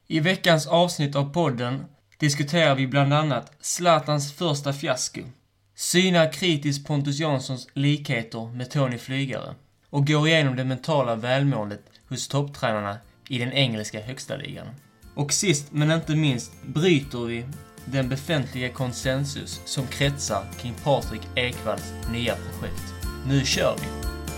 I veckans avsnitt av podden diskuterar vi bland annat Zlatans första fiasko, synar kritiskt Pontus Janssons likheter med Tony Flygare och går igenom det mentala välmåendet hos topptränarna i den engelska högsta ligan. Och sist men inte minst bryter vi den befintliga konsensus som kretsar kring Patrik Ekwalls nya projekt. Nu kör vi!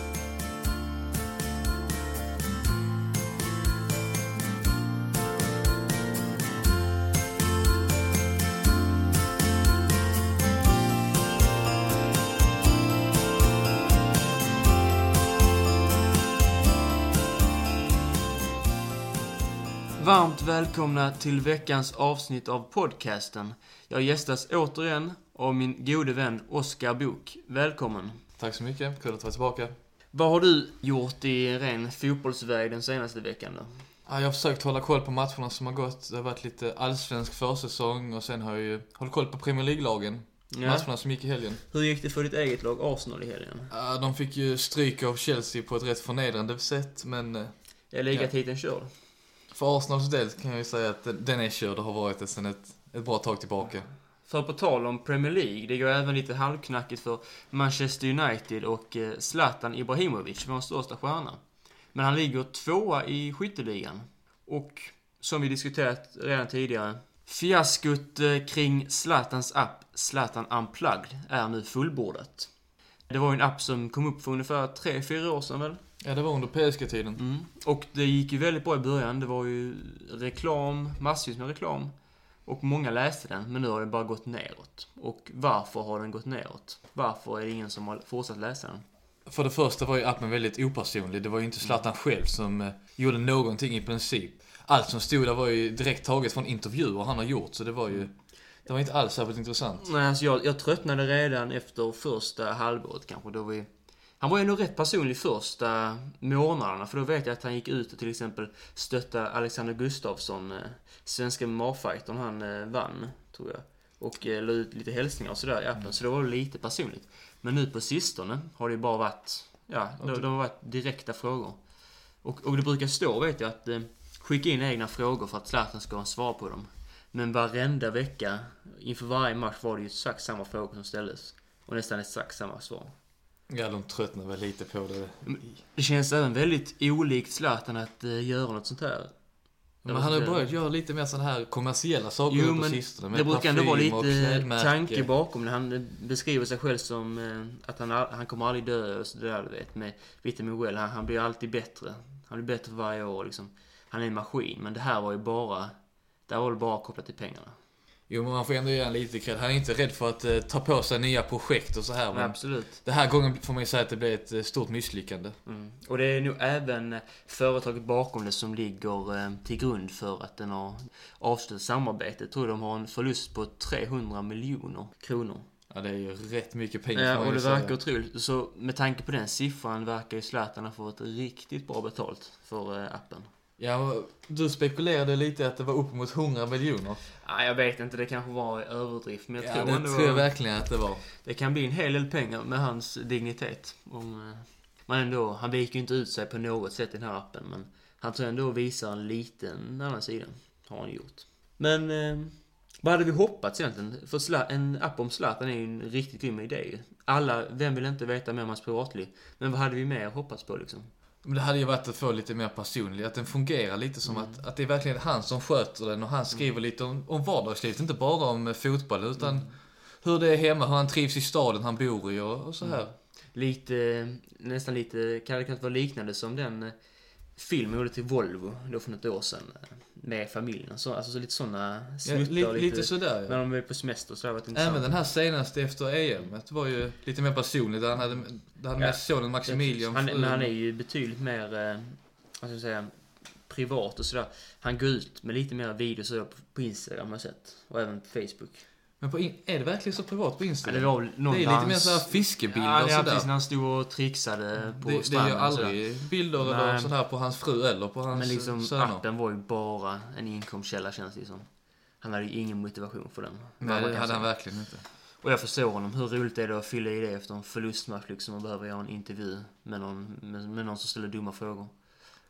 Varmt välkomna till veckans avsnitt av podcasten. Jag gästas återigen av min gode vän Oskar Bok. Välkommen. Tack så mycket, kul att vara tillbaka. Vad har du gjort i ren fotbollsväg den senaste veckan då? Jag har försökt hålla koll på matcherna som har gått. Det har varit lite allsvensk försäsong och sen har jag ju hållit koll på Premier League-lagen. Matcherna som gick i helgen. Hur gick det för ditt eget lag Arsenal i helgen? De fick ju stryk av Chelsea på ett rätt förnedrande sätt, men... Är ligatiteln körd? För Arsenals del kan jag ju säga att den är körd och har varit det sedan ett bra tag tillbaka. För på tal om Premier League, det går även lite halvknackigt för Manchester United och Zlatan Ibrahimovic, vår största stjärna. Men han ligger tvåa i skytteligan. Och som vi diskuterat redan tidigare, fiaskot kring Zlatans app Zlatan Unplugged är nu fullbordat. Det var ju en app som kom upp för ungefär 3-4 år sedan väl? Ja, det var under PSG-tiden. Och det gick ju väldigt bra i början. Det var ju reklam, massvis med reklam. Och många läste den, men nu har det bara gått neråt. Och varför har den gått neråt? Varför är det ingen som har fortsatt läsa den? För det första var ju appen väldigt opersonlig. Det var ju inte Zlatan själv som gjorde någonting i princip. Allt som stod där var ju direkt taget från intervjuer han har gjort. Så det var inte alls särskilt intressant. Nej, alltså jag tröttnade redan efter första halvåret kanske. Han var ju nog rätt personlig första månaderna. För då vet jag att han gick ut och till exempel stötta Alexander Gustafsson, svenska MMA-fightern, han vann, tror jag. Och la ut lite hälsningar och sådär i appen. Så det var lite personligt. Men nu på sistone har det bara varit, de har varit direkta frågor. Och det brukar stå, vet jag, att skicka in egna frågor för att Zlatan ska svara på dem. Men varenda vecka, inför varje match var det ju exakt samma frågor som ställdes. Och nästan exakt samma svar. Ja, de tröttnar väl lite på det. Det känns även väldigt olikt Zlatan att göra något sånt här. Men han har börjat göra lite mer sådana här kommersiella saker på sistone. Det brukar ändå vara lite tanke bakom det. Han beskriver sig själv som att han kommer aldrig dö och så där, du vet, med vitamin well. Han blir alltid bättre. Han blir bättre varje år liksom. Han är en maskin, men det här var ju bara kopplat till pengarna. Jo, men man får ändå göra lite cred. Han är inte rädd för att ta på sig nya projekt och så här. Men absolut. Det här gången får man ju säga att det blir ett stort misslyckande. Och det är nog även företaget bakom det som ligger till grund för att den har avslutat samarbetet. Jag tror de har en förlust på 300 miljoner kronor. Ja, det är ju rätt mycket pengar. Ja, och det verkar otroligt. Så med tanke på den siffran verkar ju Zlatan ha fått riktigt bra betalt för appen. Ja, du spekulerade lite att det var upp mot 100 miljoner. Ja, jag vet inte, det kanske var överdrift. Men jag tror jag verkligen att det var. Det kan bli en hel del pengar med hans dignitet. Han viker ju inte ut sig på något sätt i den här appen. Men han tror ändå visar en liten annan sida. Har han gjort. Men vad hade vi hoppats egentligen? För en app om Zlatan är ju en riktigt grym idé. Vem vill inte veta mer om hans privatliv? Men vad hade vi mer hoppats på liksom? Men det hade ju varit att få lite mer personligt. Att den fungerar lite som att det är verkligen han som sköter den. Och han skriver lite om vardagslivet. Inte bara om fotboll utan hur det är hemma. Hur han trivs i staden han bor i och så här. Nästan lite, kan det vara liknande som den filmen gjorde till Volvo då för något år sedan. Med familjen. Så lite sådana snuttar. Ja, lite sådär, ja. När de är på semester så har det varit intressant. Även den här senaste efter EM. Det var ju lite mer personligt. Han hade med sonen Maximilian. Men han är ju betydligt mer, vad ska jag säga, privat och sådär. Han går ut med lite mer videos på Instagram har jag sett. Och även på Facebook. Men är det verkligen så privat på Instagram? Ja, det är lite mer sådär fiskebilder och sådär. Ja, precis när han stod och trixade på stranden. Det är ju aldrig bilder eller sådär på hans fru eller på hans söner. Men liksom appen var ju bara en inkomstkälla känns det som. Han hade ju ingen motivation för den. Nej, det hade han verkligen inte. Och jag förstår honom. Hur roligt är det att fylla i det efter en förlustmatch liksom och behöver göra en intervju med någon som ställer dumma frågor.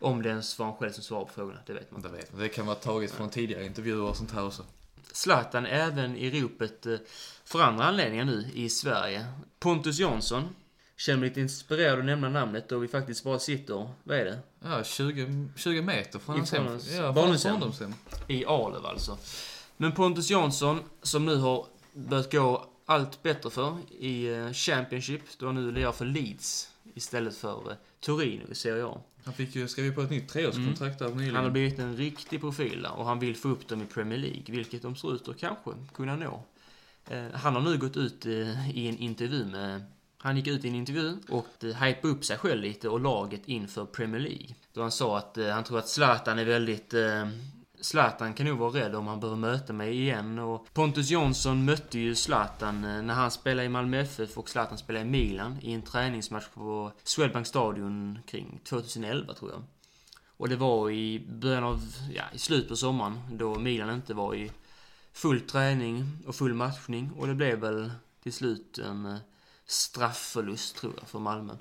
Om det ens var han själv som svarar på frågorna, det vet man inte. Det kan vara taget från tidigare intervjuer och sånt här också. Zlatan även i ropet för andra anledningar nu i Sverige. Pontus Jansson. Känner mig lite inspirerad att nämna namnet då vi faktiskt bara sitter, vad är det? Ja, 20 meter från hans hem. Ja, barndomshem. I Arlöv alltså. Men Pontus Jansson, som nu har börjat gå allt bättre för i Championship, då han nu lirar för Leeds istället för Torino i Serie A. Han fick ju skriva på ett nytt 3-årskontrakt där nyligen. Han har blivit en riktig profil och han vill få upp dem i Premier League, vilket de ser ut att kanske kunna nå. Han har nu gått ut i en intervju med... Han gick ut i en intervju och hypade upp sig själv lite och laget inför Premier League. Då han sa att han tror att Zlatan är väldigt... Zlatan kan nog vara rädd om han behöver möta mig igen. Och Pontus Jansson mötte ju Zlatan när han spelade i Malmö FF och Zlatan spelade i Milan i en träningsmatch på Swedbank Stadion kring 2011 tror jag. Och det var i början av, i slutet på sommaren då Milan inte var i full träning och full matchning. Och det blev väl till slut en straffförlust tror jag för Malmö.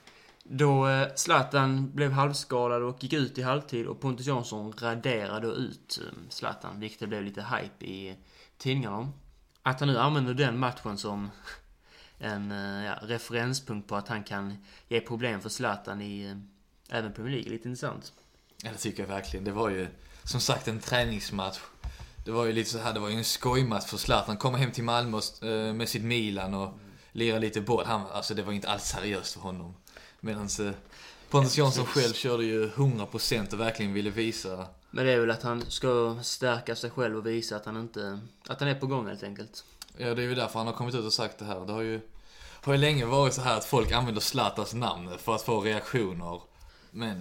Då Zlatan blev halvskadad och gick ut i halvtid och Pontus Jansson raderade ut Zlatan, vilket det blev lite hype i tidningarna om. Att han nu använder den matchen som en referenspunkt på att han kan ge problem för Zlatan i även Premier League, lite intressant. Ja, det tycker jag verkligen. Det var ju som sagt en träningsmatch. Det var ju lite så här, det var ju en skojmatch för Zlatan. Komma hem till Malmö med sitt Milan och lira lite boll. Alltså det var inte alls seriöst för honom. Medan Pontus Jansson själv körde ju 100% och verkligen ville visa. Men det är väl att han ska stärka sig själv och visa att han är på gång helt enkelt. Ja, det är ju därför han har kommit ut och sagt det här. Det har ju länge varit så här att folk använder Zlatans namn för att få reaktioner. Men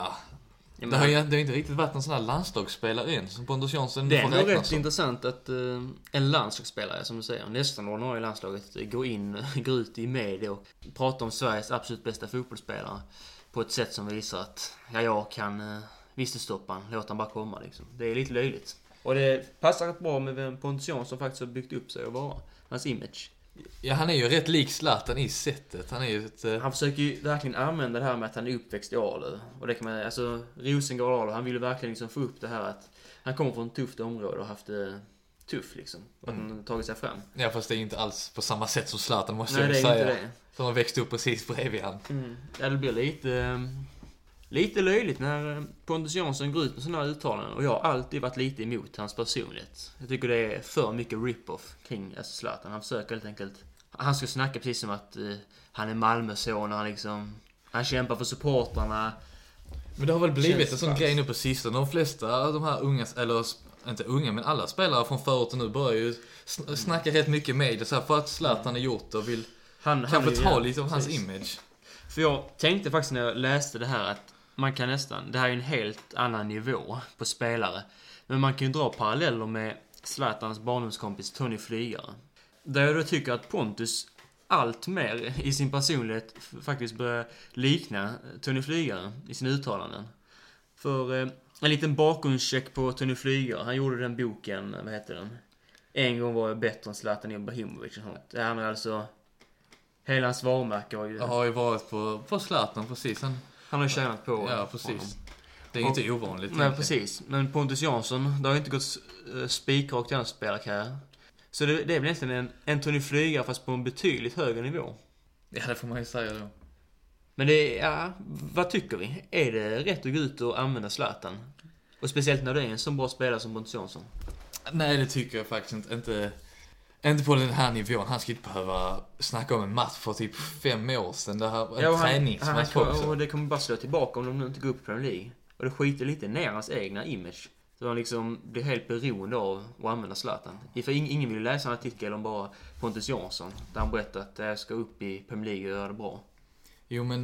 det har inte riktigt varit någon sån här landslagsspelare än som Pontus Jansson. Det är nog rätt intressant att en landslagsspelare, som du säger, nästan ordinarie landslaget går ut i media och pratar om Sveriges absolut bästa fotbollsspelare på ett sätt som visar att jag kan visst stoppa han, låt han bara komma liksom. Det är lite löjligt. Och det passar rätt bra med vem Pontus Jansson som faktiskt har byggt upp sig och vara hans image. Ja, han är ju rätt lik Zlatan i sättet. Han försöker ju verkligen använda det här med att han är uppväxt i Arlöv. Och det kan man, alltså Rosengård Arlöv, han ville verkligen liksom få upp det här att han kommer från ett tufft område och haft det tufft liksom. Och att han tagit sig fram. Ja, fast det är inte alls på samma sätt som Zlatan, måste jag säga. Inte det. Som har växt upp precis bredvid han. Ja, det blir lite löjligt när Pontus Jansson går ut med sådana här uttalanden. Och jag har alltid varit lite emot hans personlighet. Jag tycker det är för mycket rip-off kring Zlatan. Han försöker helt enkelt... Han ska snacka precis som att han är Malmöson och han kämpar för supportrarna. Men det har väl blivit en sån grej nu på sistone. De flesta av de här unga, eller inte unga, men alla spelare från förut nu börjar ju snacka rätt mycket med det så här, för att Zlatan har gjort och vill kanske ta lite av hans image. För jag tänkte faktiskt när jag läste det här att man kan nästan, det här är en helt annan nivå på spelare. Men man kan ju dra paralleller med Zlatans barndomskompis Tony Flygare. Där jag då tycker att Pontus allt mer i sin personlighet faktiskt börjar likna Tony Flygare i sina uttalanden. För en liten bakgrundscheck på Tony Flygare. Han gjorde den boken, vad heter den? En gång var jag bättre än Zlatan Ibrahimovic. Det här med alltså... Hela hans varumärke har ju varit på Zlatan, precis. Han har tjänat på. Ja, precis. Honom. Det är inte ovanligt. Nej, precis. Men Pontus Jansson, det har inte gått spikrakt i hans spelarkarriär. Så det är väl egentligen en Tony Flygare fast på en betydligt högre nivå. Ja, det får man ju säga då. Men vad tycker vi? Är det rätt att gå ut och använda Zlatan? Och speciellt när det är en så bra spelare som Pontus Jansson. Nej, det tycker jag faktiskt inte. Inte på den här nivån. Han ska inte behöva snacka om en match för typ 5 år sedan. Det här en träningsmatch också. Och det kommer bara slå tillbaka om de inte går upp i Premier League. Och det skiter lite ner hans egna image. Så han liksom blir helt beroende av att använda Zlatan. För ingen vill läsa en artikel om bara Pontus Jansson. Där han berättar att jag ska upp i Premier League och göra det bra. Jo, men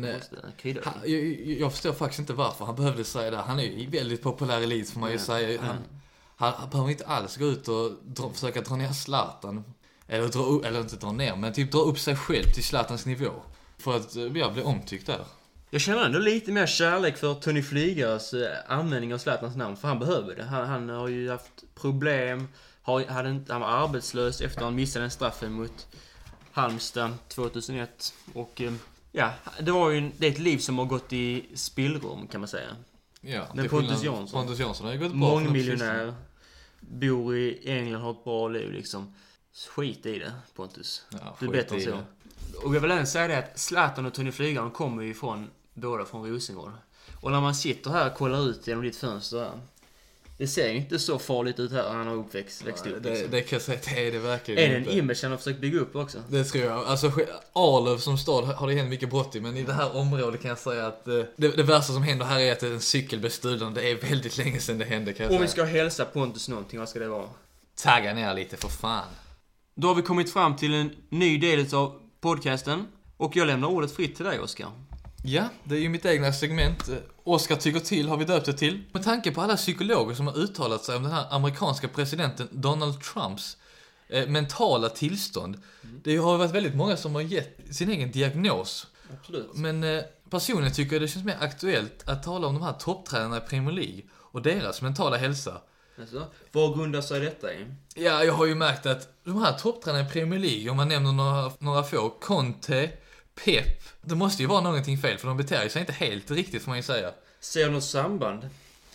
jag förstår faktiskt inte varför han behövde säga det. Han är ju väldigt populär i Leeds, får man ju säga. Han behöver inte alls gå ut och försöka dra ner Zlatan. Eller inte dra ner, men typ dra upp sig själv till Zlatans nivå. För att jag blir omtyckt där. Jag känner ändå lite mer kärlek för Tony Flygares användning av Zlatans namn. För han behöver det. Han har ju haft problem. Han var arbetslös efter att han missade en straffen mot Halmstad 2001. Och det är ett liv som har gått i spillrum, kan man säga. Ja, Men Pontus Jansson. Pontus Jansson har ju gått bra. Mångmiljonär. Bor i England, har ett bra liv liksom. Skit i det, Pontus. Ja, du är bättre än så. Det. Och jag vill även säga det att Zlatan och Tony Flygaren kommer ju båda från Rosengård. Och när man sitter här och kollar ut genom ditt fönster här, det ser ju inte så farligt ut här. Han har växt upp. Liksom. Det kan jag säga, det är det verkligen inte. Är det inte. en image han har försökt bygga upp också? Det tror jag. Alltså, Arlöv som stad har det hänt mycket brott i, men i det här området kan jag säga att det värsta som händer här är att en cykel blir stulen. Det är väldigt länge sedan det hände, kan jag säga. Om vi ska hälsa Pontus någonting, vad ska det vara? Tagga ner lite, för fan. Då har vi kommit fram till en ny del av podcasten. Och jag lämnar ordet fritt till dig, Oskar. Ja, det är ju mitt egna segment. Oskar tycker till har vi döpt det till. Med tanke på alla psykologer som har uttalat sig om den här amerikanska presidenten Donald Trumps mentala tillstånd. Det har varit väldigt många som har gett sin egen diagnos. Absolut. Men personligen tycker jag det känns mer aktuellt att tala om de här topptränarna i Premier League och deras mentala hälsa. Alltså, vad grundar sig detta i? Ja, jag har ju märkt att de här topptränarna i Premier League, om man nämner några få, Conte, Pep, det måste ju vara någonting fel, för de beter sig inte helt riktigt, får man ju säga. Ser du något samband?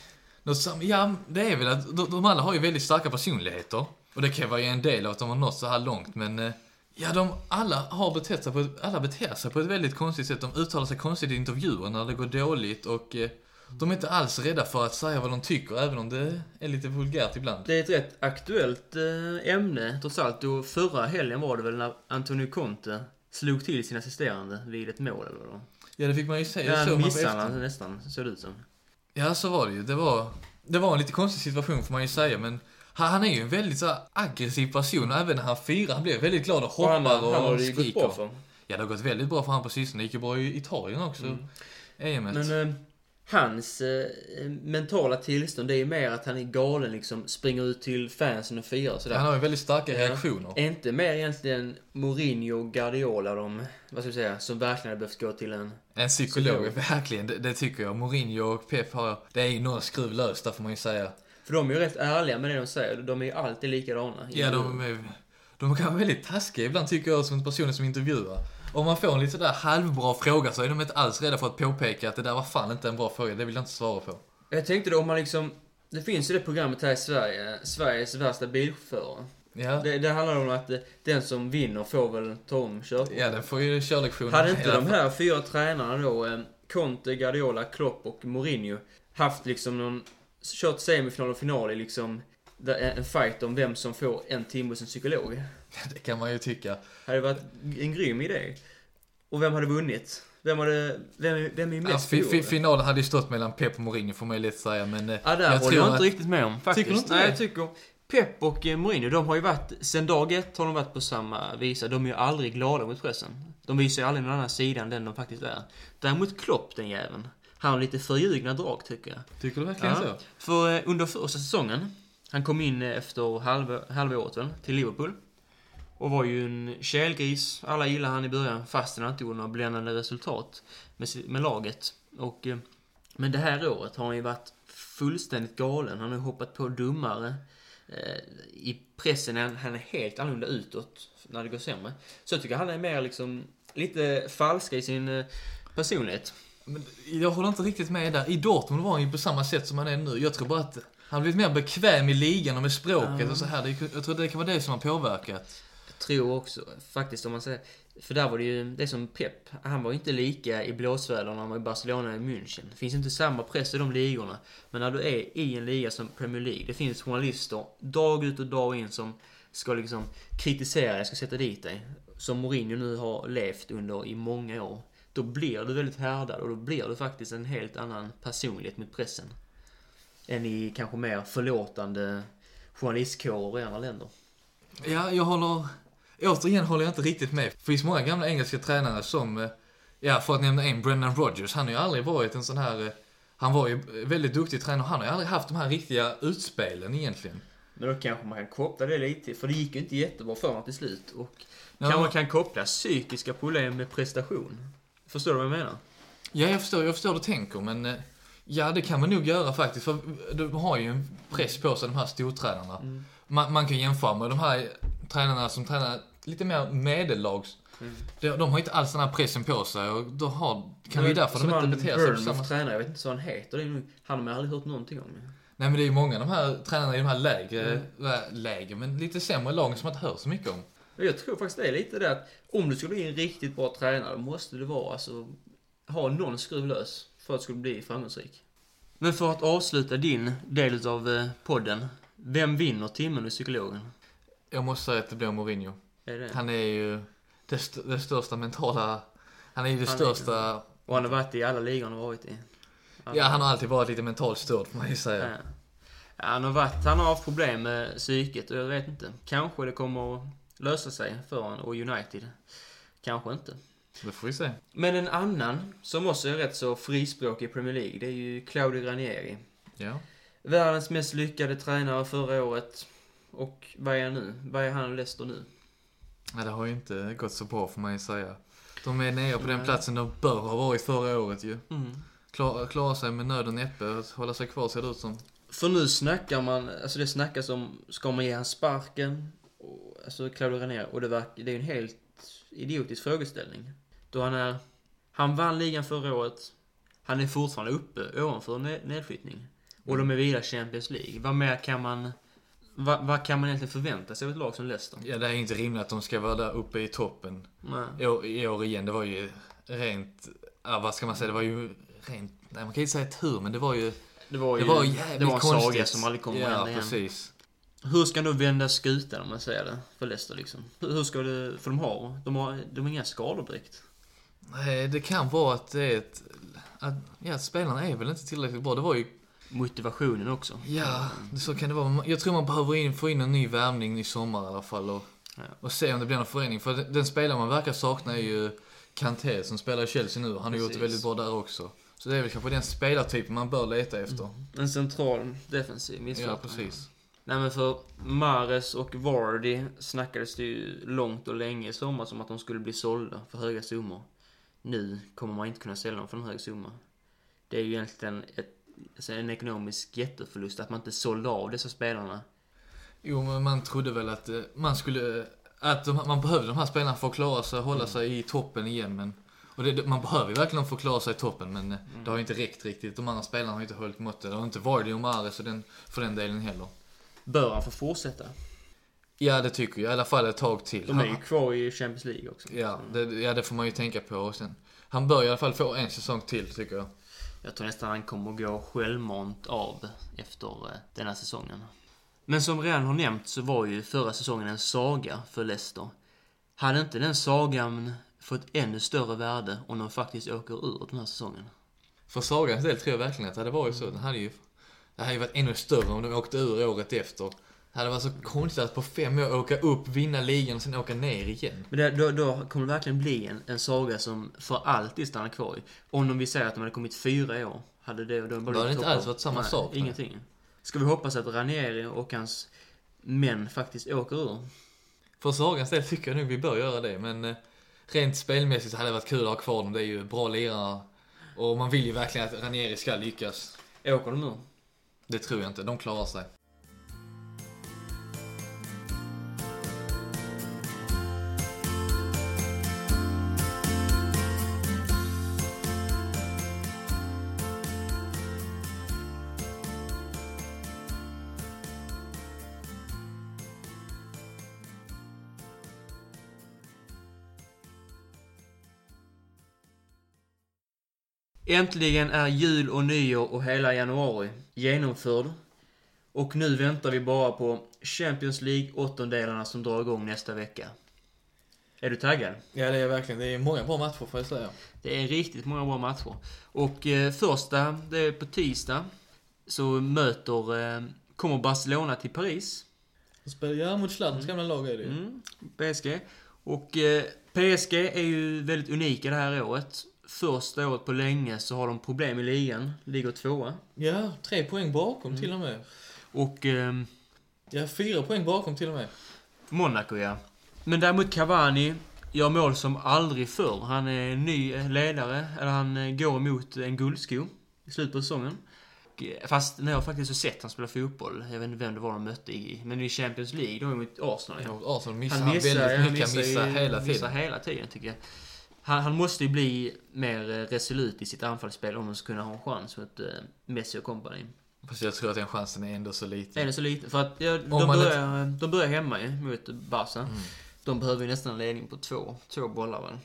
Ja, det är väl att de alla har ju väldigt starka personligheter. Och det kan vara en del av att de har nått så här långt, men ja, alla beter sig på ett väldigt konstigt sätt. De uttalar sig konstigt i intervjuer när det går dåligt, och de är inte alls rädda för att säga vad de tycker, även om det är lite vulgärt ibland. Det är ett rätt aktuellt ämne, trots allt. Och förra helgen var det väl när Antonio Conte slog till sin assisterande vid ett mål, eller vad? Ja, det fick man ju säga. Ja, missade han nästan, så det ut som. Ja, så var det ju. Det var en lite konstig situation, får man ju säga, men han är ju en väldigt så aggressiv person, och även när han firar, han blir väldigt glad och hoppar och han har det skriker. gått bra för. Ja, det har gått väldigt bra för han på sistone. Det gick ju bra i Italien också. Men hans mentala tillstånd, det är ju mer att han är galen, liksom springer ut till fansen och firar och sådär. Han har ju väldigt starka reaktioner. Inte mer egentligen Mourinho och Guardiola, vad ska jag säga, som verkligen hade behövt gå till en psykolog. Verkligen, det tycker jag. Mourinho och Pep det är ju några skruv lösta, får man ju säga. För de är ju rätt ärliga med det de säger. De är ju alltid likadana. Ja, de kan vara väldigt taskiga ibland, tycker jag, som personer som intervjuar. Om man får en lite sådär halvbra fråga, så är de inte alls rädda för att påpeka att det där var fan inte en bra fråga. Det vill jag inte svara på. Jag tänkte då, om man liksom... Det finns ju det programmet här i Sverige, Sveriges värsta bilchaufförer. Ja. Det handlar om att den som vinner får väl ta om körkort. Ja, den får ju körlektioner. Hade inte de här 4 tränarna då, Conte, Guardiola, Klopp och Mourinho, haft liksom kört semifinal och final i liksom en fight om vem som får en timme hos en psykolog? Det kan man ju tycka. Hade varit en grym idé. Och vem hade vunnit? Vem är mest finalen hade ju stått mellan Pep och Mourinho, får man ju lätt säga, men där håller jag inte riktigt med om faktiskt. Tycker du inte? Nej, jag tycker Pep och Mourinho, de har ju varit sen dag 1 har de varit på samma visa. De är ju aldrig glada mot pressen. De visar ju aldrig någon annan sida än den de faktiskt är. Däremot Klopp, den jäveln, han har lite förljugna drag, tycker jag. Tycker du verkligen så? För under första säsongen, han kom in efter halvåret väl, till Liverpool. Och var ju en kälgris. Alla gillar han i början, fast han inte gjorde några bländande resultat med laget. Men det här året har han ju varit fullständigt galen. Han har hoppat på dummare. I pressen han är helt annorlunda utåt när det går sämre. Så jag tycker han är mer liksom lite falsk i sin personlighet. Men jag håller inte riktigt med där. I Dortmund var han ju på samma sätt som han är nu. Jag tror bara att han har blivit mer bekväm i ligan och med språket och så här. Jag tror det kan vara det som har påverkat. Jag tror också, faktiskt, om man säger... För där var det ju det som Pep. Han var inte lika i blåsväder när han var i Barcelona och i München. Det finns inte samma press i de ligorna. Men när du är i en liga som Premier League, det finns journalister dag ut och dag in som ska liksom kritisera dig, ska sätta dit dig. Som Mourinho nu har levt under i många år. Då blir du väldigt härdad och då blir du faktiskt en helt annan personlighet mot pressen. Än i kanske mer förlåtande journalistkårer i andra länder. Ja, återigen håller jag inte riktigt med. Det finns många gamla engelska tränare som, för att nämna en, Brendan Rodgers. Han har ju aldrig varit en sån här, han var ju väldigt duktig tränare. Han har ju aldrig haft de här riktiga utspelen egentligen. Men då kanske man kan koppla det lite, för det gick ju inte jättebra för honom till slut. Och kanske man kan koppla psykiska problem med prestation. Förstår du vad jag menar? Ja, jag förstår du tänker, men ja, det kan man nog göra faktiskt. För de har ju en press på sig, de här stortränarna. Man kan jämföra med de här tränarna som tränar lite mer medellags. De har inte alls den här pressen på sig och då kan vi därför de inte bete sig på samma sätt. Tränare, jag vet inte vad han heter. Han har man aldrig hört någonting om. Nej, men det är ju många av de här tränarna i de här lägre, men lite sämre lagen som man inte hör så mycket om. Jag tror faktiskt det är lite det att om du ska bli en riktigt bra tränare måste du vara, alltså, ha någon skruv lös för att du ska bli framgångsrik. Men för att avsluta din del av podden, vem vinner timmen och psykologen? Jag måste säga att det blir Mourinho. Är det? Han är ju det största mentala... Han är ju det största... Och han har varit i alla ligor han har varit i. Ja, han har alltid varit lite mentalt störd, får man ju säga. Ja. Ja, han har haft problem med psyket och jag vet inte. Kanske det kommer att lösa sig för honom och United. Kanske inte. Det får vi se. Men en annan som också är rätt så frispråkig i Premier League, det är ju Claudio Ranieri. Ja. Världens mest lyckade tränare förra året. Och vad är han nu? Vad är han och Leicester nu? Ja, det har ju inte gått så bra, får man ju säga. De är nere på den platsen de bör ha varit förra året ju. Klara sig med nöd och näppe att hålla sig kvar, ser det ut som. För nu snackar man, alltså det snackas om, ska man ge han sparken? Och, alltså Claudio Ranieri, och det är ju en helt idiotisk frågeställning. Då han vann ligan förra året. Han är fortfarande uppe ovanför nedflyttning. Och de är vidare Champions League. Vad mer kan man... Vad kan man egentligen förvänta sig av ett lag som Leicester? Ja, det är inte rimligt att de ska vara där uppe i toppen. Nej. I år igen, det var ju rent... Ja, vad ska man säga? Det var ju rent... Nej, man kan inte säga tur, men det var ju... Det var en saga som aldrig kommer igen. Ja, precis. Hur ska då vända skutan, om man säger det, för Leicester liksom? Hur ska det... För de har inga skador direkt. Nej, det kan vara att det är att spelarna är väl inte tillräckligt bra. Det var ju... Motivationen också. Ja, så kan det vara. Jag tror man behöver få in en ny värvning i sommar i alla fall och se om det blir någon förändring. För den spelare man verkar sakna är ju Kanté som spelar i Chelsea nu. Han har gjort det väldigt bra där också. Så det är väl kanske den spelartypen man bör leta efter. En central defensiv mittfältare. Ja, precis. Nej, men för Mahrez och Vardy snackades det ju långt och länge i sommar som att de skulle bli sålda för höga summor. Nu kommer man inte kunna sälja dem för en hög summa. Det är ju egentligen en ekonomisk jätteförlust att man inte sålde av dessa spelarna. Jo, men man trodde väl att man behövde de här spelarna för att klara sig, hålla sig i toppen igen. Men, och man behöver ju verkligen få klara sig i toppen, men det har inte räckt riktigt. De andra spelarna har inte hållit måttet. Det har inte Vardy och Mahrez för den delen heller. Bör han få fortsätta? Ja, det tycker jag. I alla fall ett tag till. De är ju kvar i Champions League också. Ja, det får man ju tänka på. Och sen, han bör i alla fall få en säsong till, tycker jag. Jag tror nästan han kommer att gå självmant av efter den här säsongen. Men som redan har nämnt så var ju förra säsongen en saga för Leicester. Hade inte den sagan fått ännu större värde om de faktiskt åker ur den här säsongen? För sagans del tror jag verkligen att det hade varit så. Det hade ju varit ännu större om de åkte ur året efter. Det hade varit så konstigt att på 5 år åka upp, vinna ligan och sen åka ner igen. Men då kommer det verkligen bli en saga som för alltid stannar kvar i. Om de vill säga att de hade kommit 4 år, hade det då bara det inte alls varit samma sak. Ingenting. Ska vi hoppas att Ranieri och hans män faktiskt åker ur? För sagans del tycker jag nog vi bör göra det. Men rent spelmässigt hade det varit kul att ha kvar dem. Det är ju bra lirare. Och man vill ju verkligen att Ranieri ska lyckas. Åker de ur? Det tror jag inte. De klarar sig. Äntligen är jul och nyår och hela januari genomförd. Och nu väntar vi bara på Champions League 8-delarna som drar igång nästa vecka. Är du taggad? Ja, det är verkligen. Det är många bra matcher, får jag säga. Det är riktigt många bra matcher. Och första, det är på tisdag, så kommer Barcelona till Paris. Ja, mot Zlatans gamla lag är det. PSG. Och PSG är ju väldigt unika det här året. Första året på länge så har de problem i ligan. Ligger 2. Ja, 3 poäng bakom till och med. Och... 4 poäng bakom till och med. Monaco, ja. Men däremot Cavani gör mål som aldrig förr. Han är ny ledare, eller han går emot en guldsko i slutet på säsongen. Och fast när jag faktiskt har sett han spela fotboll, jag vet inte vem det var de mötte men i Champions League då mot Arsenal. Ja, Arsenal missar väldigt mycket, missar hela tiden tycker jag. Han måste ju bli mer resolut i sitt anfallsspel om han ska kunna ha en chans mot Messi och company. Fast jag tror att den chansen är ändå så liten. Är det så liten? För att de börjar hemma ju mot Barca. De behöver ju nästan en ledning på två bollar väl.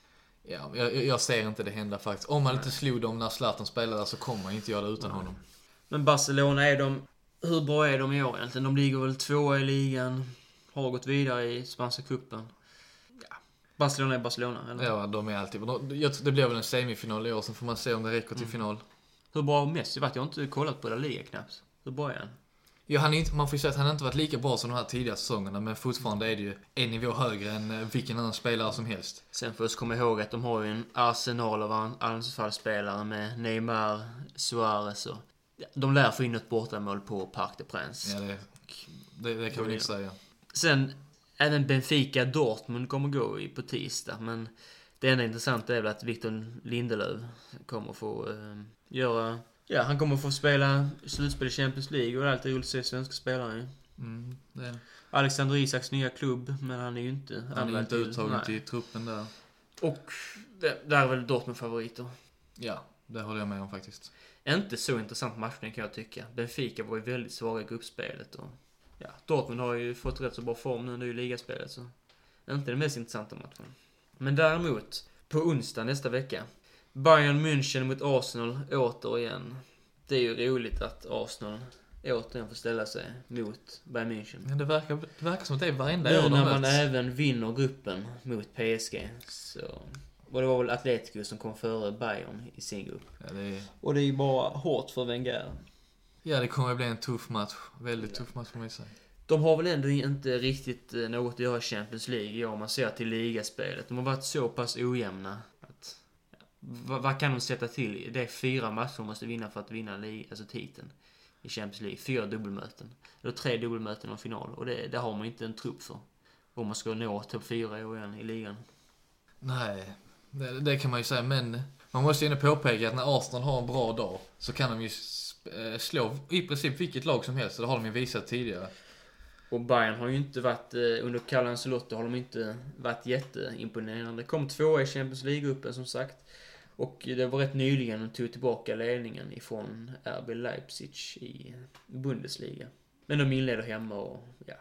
Ja, jag ser inte det hända faktiskt. Om man inte slog dem när Zlatan spelade så kommer man inte göra det utan honom. Men Barcelona hur bra är de i år egentligen? De ligger väl 2 i ligan, har gått vidare i spanska cupen. Ja. Barcelona är Barcelona, eller? Ja, de är alltid. Det blir väl en semifinal i år, så får man se om det räcker till final. Hur bra har Messi varit? Jag har inte kollat på La Liga knappt. Hur bra är han? Ja, man får ju säga att han inte varit lika bra som de här tidiga säsongerna, men fortfarande är det ju en nivå högre än vilken annan spelare som helst. Sen får vi komma ihåg att de har ju en arsenal av anfallsspelare med Neymar, Suarez och de lär få in ett bortamål på Parc des Princes. Ja, det kan vi inte säga. Sen, även Benfica Dortmund kommer gå på tisdag, men det enda intressanta är väl att Victor Lindelöf kommer få göra... Ja, han kommer få spela slutspel i Champions League och det är alltid roligt att se svenska spelare. Det. Alexander Isaks nya klubb, men han är ju inte... Han är inte uttagen till truppen där. Och där är väl Dortmund favoriter. Ja, det håller jag med om faktiskt. Inte så intressant matchning kan jag tycka. Benfica var ju väldigt svaga i gruppspelet. Och, ja, Dortmund har ju fått rätt så bra form nu i ligaspelet. Så inte den mest intressanta matchen. Men däremot, på onsdag nästa vecka. Bayern München mot Arsenal återigen. Det är ju roligt att Arsenal återigen får ställa sig mot Bayern München. Ja, det verkar som att det är varenda år nu när man även vinner gruppen mot PSG. Så... Och det var väl Atletico som kom före Bayern i sin grupp. Ja, och det är ju bara hårt för Wenger. Ja, det kommer att bli en tuff match. Väldigt tuff match får man säga. De har väl ändå inte riktigt något att göra i Champions League om man ser till ligaspelet. De har varit så pass ojämna att... Vad kan de sätta till? Det är 4 matcher de måste vinna för att vinna alltså titeln i Champions League. 4 dubbelmöten. Eller 3 dubbelmöten och final. Och det har man inte en trupp för. Om man ska nå topp 4 i år igen i ligan. Nej, det kan man ju säga. Men man måste ju ändå påpeka att när Arsenal har en bra dag så kan de ju slå i princip vilket lag som helst. Det har de ju visat tidigare. Och Bayern har ju inte varit, under Carlo Ancelotti har de inte varit jätteimponerande. Kom 2 i Champions League-gruppen som sagt. Och det var rätt nyligen de tog tillbaka ledningen ifrån RB Leipzig i Bundesliga. Men de inleder hemma och ja.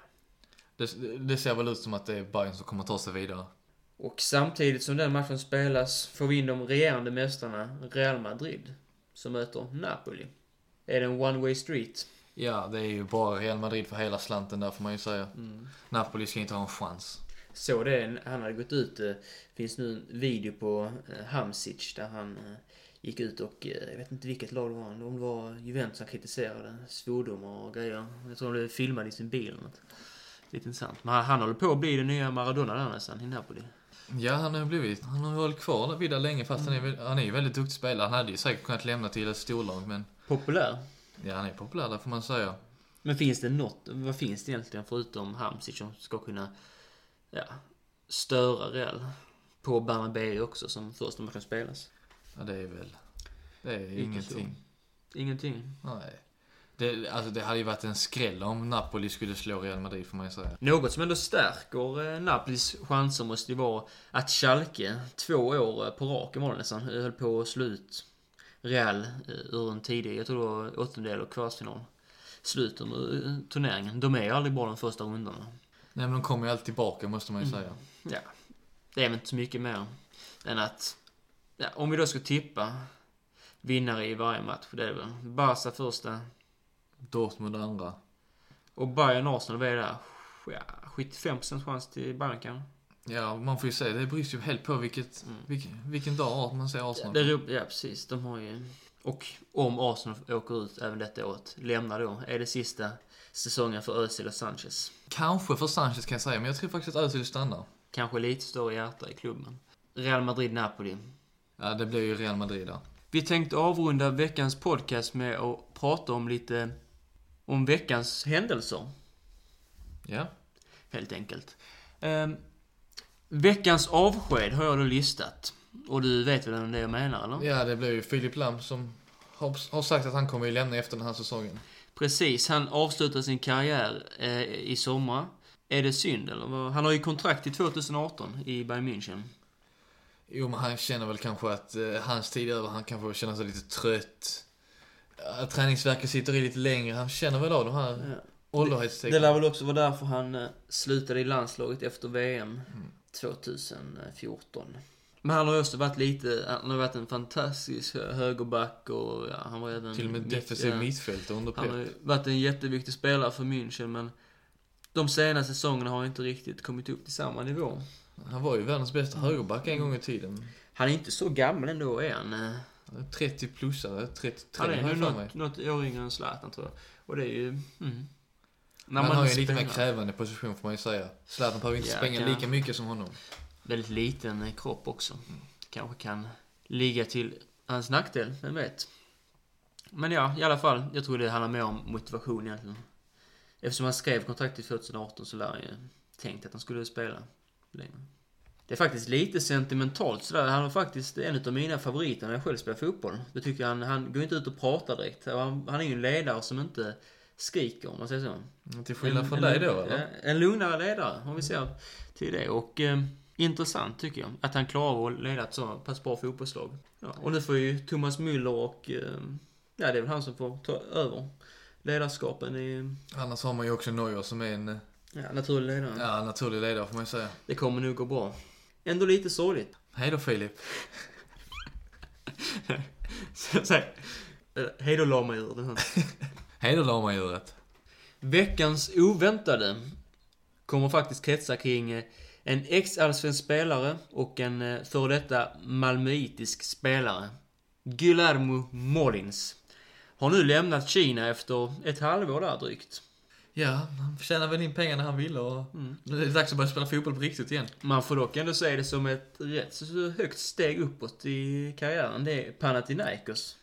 Det ser väl ut som att det är Bayern som kommer ta sig vidare. Och samtidigt som den matchen spelas får vi in de regerande mästarna Real Madrid som möter Napoli. Är det en one-way street? Ja, det är ju bara Real Madrid för hela slanten där får man ju säga. Napoli ska inte ha en chans. Så han hade gått ut, finns nu en video på Hamsic där han gick ut och jag vet inte vilket lag det var. Om det var Juventus som kritiserade svordomar och grejer. Jag tror de blev filmade i sin bil eller något. Lite intressant. Men han håller på att bli den nya Maradona där nästan i Napoli. Ja, han har hållit kvar vid där länge fast han är ju väldigt duktig spelare. Han hade ju säkert kunnat lämna till ett storlag, men... Populär? Ja, han är populär där får man säga. Men finns det något, vad finns det egentligen förutom Hamsic som ska kunna störa Real på Bernabéu också som första matchen spelas? Ja, det är ingenting. Ingenting? Nej. Det hade ju varit en skräll om Napoli skulle slå Real Madrid får man ju säga. Något som ändå stärker Napolis chanser måste ju vara att Schalke 2 år på raken var det nästan höll på att slå ut Real ur en tidig, jag tror det var 8:e och kvartsfinal. Slutet med turneringen. De är ju aldrig bra de första rundorna. Nej, men de kommer ju alltid tillbaka måste man ju säga. Ja, det är väl inte så mycket mer än att om vi då ska tippa vinnare i varje match, det är väl Barca första, Dortmund andra. Och Bayern Arsenal, vad är det? 75% chans till Bayern kan. Ja, man får ju säga, det bryr sig ju helt på vilken dag man ser Arsenal. Ja, precis. De har ju... Och om Arsenal åker ut även detta året, lämnar då, är det sista säsongen för Özil och Sanchez. Kanske för Sanchez kan jag säga, men jag tror faktiskt att Özil stannar. Kanske lite större hjärta i klubben. Real Madrid-Napoli. Ja, det blir ju Real Madrid där. Vi tänkte avrunda veckans podcast med att prata om lite om veckans händelser. Ja. Helt enkelt. Veckans avsked har jag då listat. Och du vet väl om det jag menar, eller? Ja, det blir ju Philip Lahm som har sagt att han kommer att lämna efter den här säsongen. Precis, han avslutar sin karriär i sommar. Är det synd eller? Han har ju kontrakt till 2018 i Bayern München. Jo, men han känner väl kanske att hans tid är över. Han kanske känner sig lite trött. Träningsverket sitter i lite längre. Han känner väl av de här ålderhetstecknen. Det lär väl också vara därför han slutade i landslaget efter VM 2014. Men han har också varit en fantastisk högerback och han var även till och med defensiv mittfältare under Pep. Han har varit en jätteviktig spelare för München, men de senaste säsongerna har inte riktigt kommit upp till samma nivå. Han var ju världens bästa högerback en gång i tiden. Han är inte så gammal ändå, är han? 30-plussare, 33. Han är nog något år yngre än Zlatan, tror jag. Och det är ju... Man har ju en lite mer krävande position, får man ju säga. Zlatan behöver inte springa lika mycket som honom. Väldigt liten kropp också. Kanske kan ligga till hans nackdel, vem vet. Men ja, i alla fall, jag tror det handlar mer om motivation egentligen. Eftersom han skrev kontrakt i 2018 så lär han ju tänkt att han skulle spela längre. Det är faktiskt lite sentimentalt sådär. Han var faktiskt en av mina favoriter när jag själv spelar fotboll. Det tycker jag, han går inte ut och pratar direkt. Han är ju en ledare som inte skriker, om man säger så. Till skillnad från dig då, eller? En lugnare ledare, om vi ser till det. Och intressant tycker jag, att han klarar att leda ett så pass bra fotbollslag. Ja, och nu får ju Thomas Müller och det är väl han som får ta över ledarskapen i... Annars har man ju också Neuer som är en... naturlig ledare. Ja, naturlig ledare får man ju säga. Det kommer nog gå bra. Ändå lite sorgligt. Hej då, Filip. Hej då, lamadjuret. Hej då, lamadjuret. Veckans oväntade kommer faktiskt kretsa kring en ex-allsvensk spelare och en före detta malmöitisk spelare. Guillermo Molins har nu lämnat Kina efter ett halvår där drygt. Ja, han tjänar väl in pengar när han vill och det är dags att börja spela fotboll på riktigt igen. Man får dock ändå säga det som ett rätt så högt steg uppåt i karriären. Det är Panathinaikos.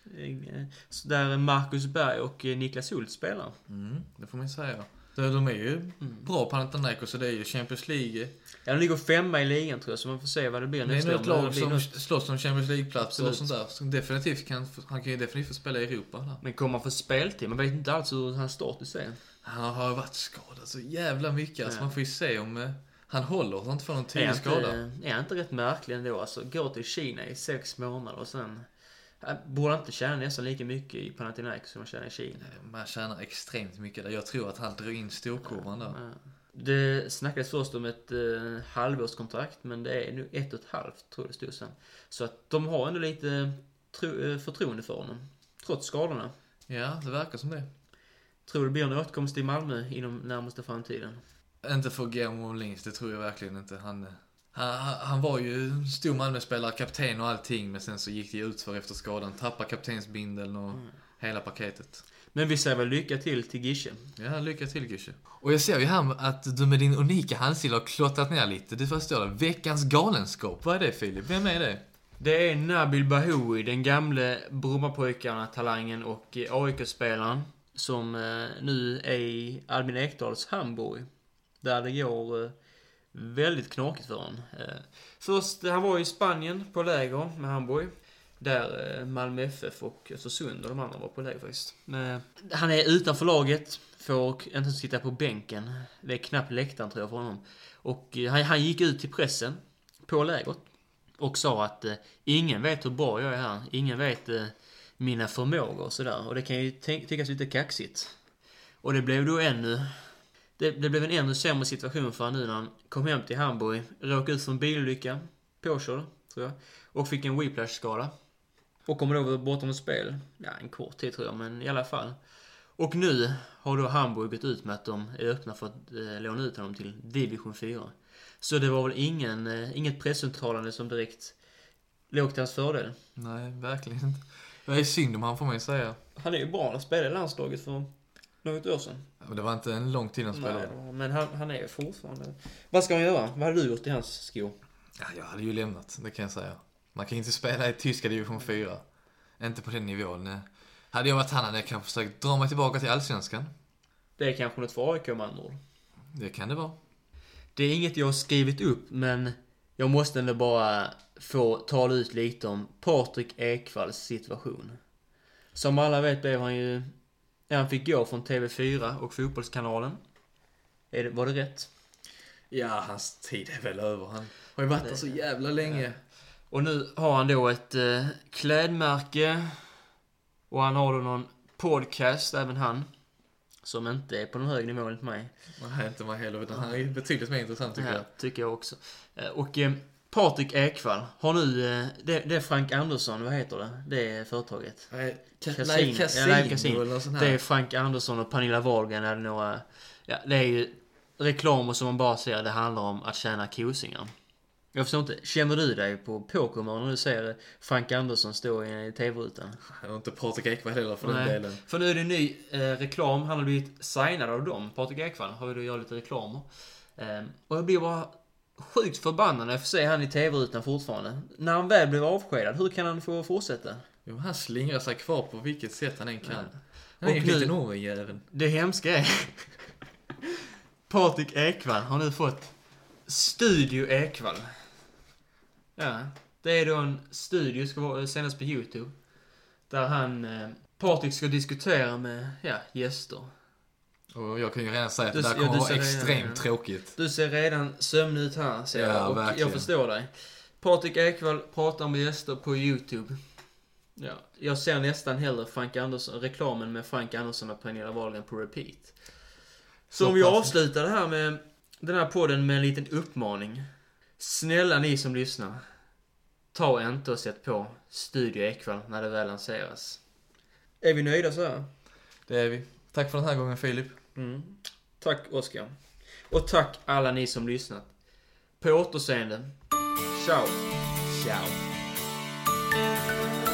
Där Marcus Berg och Niklas Hult spelar. Det får man säga. De är ju bra Panathinaikos, så det är ju Champions League. Ja, de ligger 5 i ligan tror jag, så man får se vad det blir nästa år. Det är ett lag som slåss om Champions League-platser och sånt där. Så definitivt han kan ju definitivt få spela i Europa. Där. Men kommer han få speltid? Man vet inte alls hur hans status är. Han har varit skadad så jävla mycket. Alltså man får ju se om han håller så inte får någon tidig skada. Är han inte rätt märklig ändå? Alltså, går till Kina i 6 månader och sen... Borde inte tjäna nästan lika mycket i Panathinaikos som man tjänar i Kina. Man tjänar extremt mycket där. Jag tror att han drog in storkurvan där. Det snackades först om ett halvårskontrakt, men det är nu 1,5 tror jag det stod sen. Så att de har ändå lite förtroende för honom, trots skadorna. Ja, det verkar som det. Tror det blir en återkomst i Malmö inom närmaste framtiden? Inte för Guillermo Molins, det tror jag verkligen inte. Han var ju en stor Malmö-spelare, kapten och allting, men sen så gick det ut för efter skadan. Tappade kaptensbindeln och hela paketet. Men vi säger väl lycka till Gische. Ja, lycka till Gische. Och jag ser ju här att du med din unika handstil har klottrat ner lite. Du förstår det. Veckans galenskap. Vad är det, Filip? Vem är det? Det är Nabil Bahoui, den gamle Brommapojkarna-talangen och AIK-spelaren som nu är i Albin Ekdals Hamburg. Där det går väldigt knakigt för honom. Först, han var i Spanien på läger med Hamburg. Där Malmö FF och Östersund och de andra var på läger faktiskt. Han är utanför laget, får inte sitta på bänken. Det är knappt läktaren tror jag för honom. Och han gick ut till pressen på lägret och sa att ingen vet hur bra jag är här. Ingen vet mina förmågor och sådär. Och det kan ju tyckas lite kaxigt. Och det blev då det blev en ännu sämre situation för honom nu när han kom hem till Hamburg, råkade ut för en bilolycka, påkörd, tror jag, och fick en whiplash-skada. Och kommer då bortom från spel, en kort tid tror jag, men i alla fall. Och nu har då Hamburg gått ut med att de är öppna för att låna ut honom till Division 4. Så det var väl inget pressuttalande som direkt låg till hans fördel. Nej, verkligen inte. Det är synd om han får man ju säga. Han är ju bra att spela i landslaget för något år sedan. Ja, men det var inte en lång tid han spelade. Nej, men han är ju fortfarande... Vad ska han göra? Vad hade du gjort i hans skor? Ja, jag hade ju lämnat, det kan jag säga. Man kan inte spela i tyska division 4. Inte på den nivån. Hade jag varit han hade jag kanske försökt dra mig tillbaka till Allsvenskan. Det är kanske något för AIK med andra ord. Det kan det vara. Det är inget jag har skrivit upp, men jag måste ändå bara få tala ut lite om Patrik Ekwalls situation. Som alla vet blev han ju... Ja, han fick gå från TV4 och Fotbollskanalen. Var det rätt? Ja, hans tid är väl över. Han har ju varit där så jävla länge. Ja. Och nu har han då ett klädmärke. Och han har då någon podcast, även han. Som inte är på någon hög nivå enligt mig. Nej, inte mig heller. Utan han är betydligt mer intressant tycker jag. Tycker jag också. Och Patrik Ekwall har nu... Det är Frank Andersson, vad heter det? Det är företaget. Casino eller sånt här. Det är Frank Andersson och Pernilla Wahlgren eller några... Ja, det är ju reklamer som man bara ser. Det handlar om att tjäna kosingar. Jag förstår inte. Känner du dig på Pokémon när du ser Frank Andersson stå i tv-rutan? Jag har inte Patrik Ekwall heller för den delen. För nu är det en ny reklam. Han har blivit signad av dem. Patrik Ekwall har ju då gjort lite reklamer. Och jag blir bara sjukt förbannad när jag får se han i tv-rutan fortfarande. När han väl blev avskedad, hur kan han få fortsätta? Jo, han slingrar sig kvar på vilket sätt han än kan. Han är en liten ormjäveln. Det hemska är... Patrik Ekwall har nu fått Studio Ekwall. Ja, det är då en studio ska sändas på YouTube. Där Patrik ska diskutera med gäster. Och jag kan ju redan säga att det där kommer vara extremt tråkigt. Du ser redan sömn ut här, ser jag. Och verkligen. Jag förstår dig. Patrik Ekwall pratar med gäster på YouTube. Ja, jag ser nästan hellre reklamen med Frank Andersson och Pernilla Wahlgren på repeat. Så om vi avslutar det här med den här podden med en liten uppmaning. Snälla ni som lyssnar. Ta inte och sätt på Studio Ekwall när det väl lanseras. Är vi nöjda så här? Det är vi. Tack för den här gången, Filip. Tack, Oskar. Och tack alla ni som lyssnat. På återseende. Ciao. Ciao.